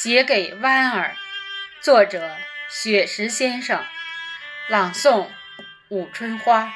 写给湾儿，作者雪石先生，朗诵武春花。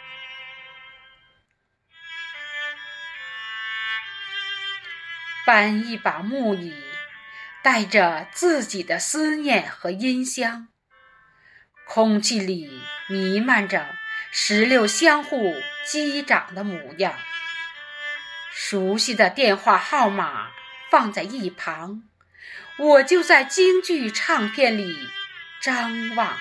搬一把木椅，带着自己的思念和音香，空气里弥漫着石榴相互击掌的模样。熟悉的电话号码放在一旁，我就在京剧唱片里张望。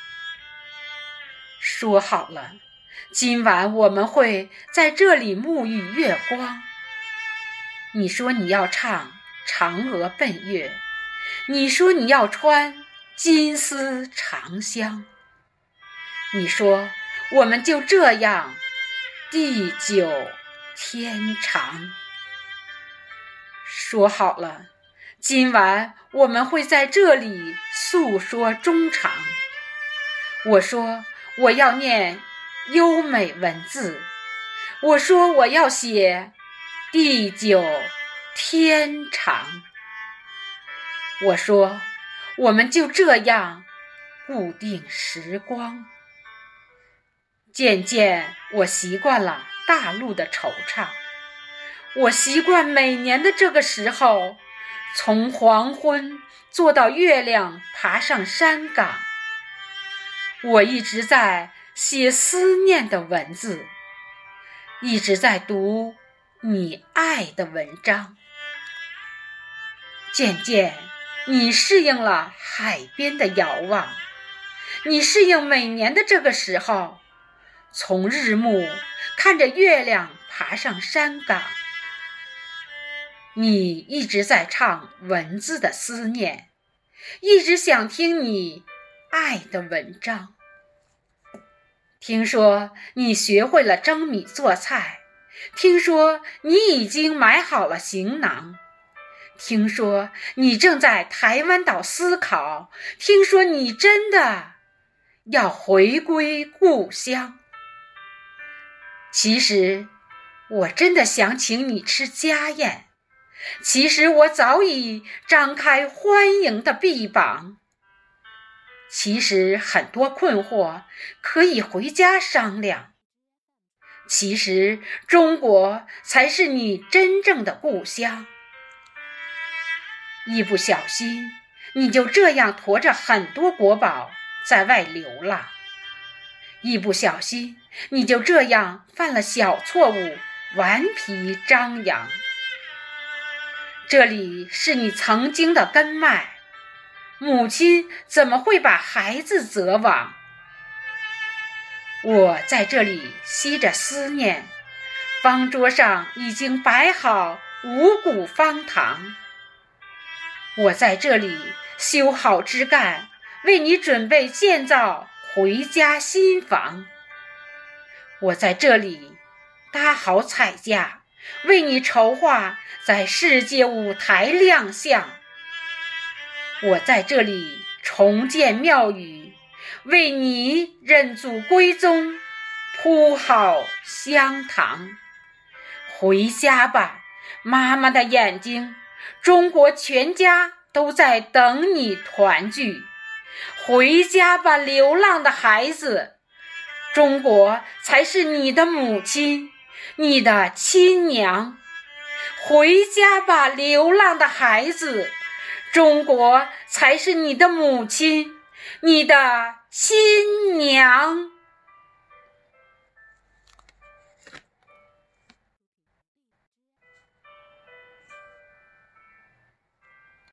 说好了，今晚我们会在这里沐浴月光。你说你要唱嫦娥奔月，你说你要穿金丝长香，你说我们就这样地久天长。说好了，今晚我们会在这里诉说衷肠。我说我要念优美文字，我说我要写地久天长。我说我们就这样固定时光。渐渐我习惯了大陆的惆怅，我习惯每年的这个时候，从黄昏坐到月亮爬上山岗。我一直在写思念的文字，一直在读你爱的文章。渐渐你适应了海边的遥望，你适应每年的这个时候，从日暮看着月亮爬上山岗。你一直在唱文字的思念，一直想听你爱的文章。听说你学会了蒸米做菜，听说你已经买好了行囊，听说你正在台湾岛思考，听说你真的要回归故乡。其实我真的想请你吃家宴，其实我早已张开欢迎的臂膀。其实很多困惑可以回家商量，其实中国才是你真正的故乡。一不小心，你就这样驮着很多国宝在外流浪。一不小心，你就这样犯了小错误，顽皮张扬。这里是你曾经的根脉，母亲怎么会把孩子责亡？我在这里吸着思念，方桌上已经摆好五谷方糖。我在这里修好枝干，为你准备建造回家新房。我在这里搭好彩架，为你筹划在世界舞台亮相。我在这里重建庙宇，为你认祖归宗铺好香堂。回家吧，妈妈的眼睛，中国全家都在等你团聚。回家吧，流浪的孩子，中国才是你的母亲，你的亲娘。回家吧，流浪的孩子，中国才是你的母亲，你的亲娘。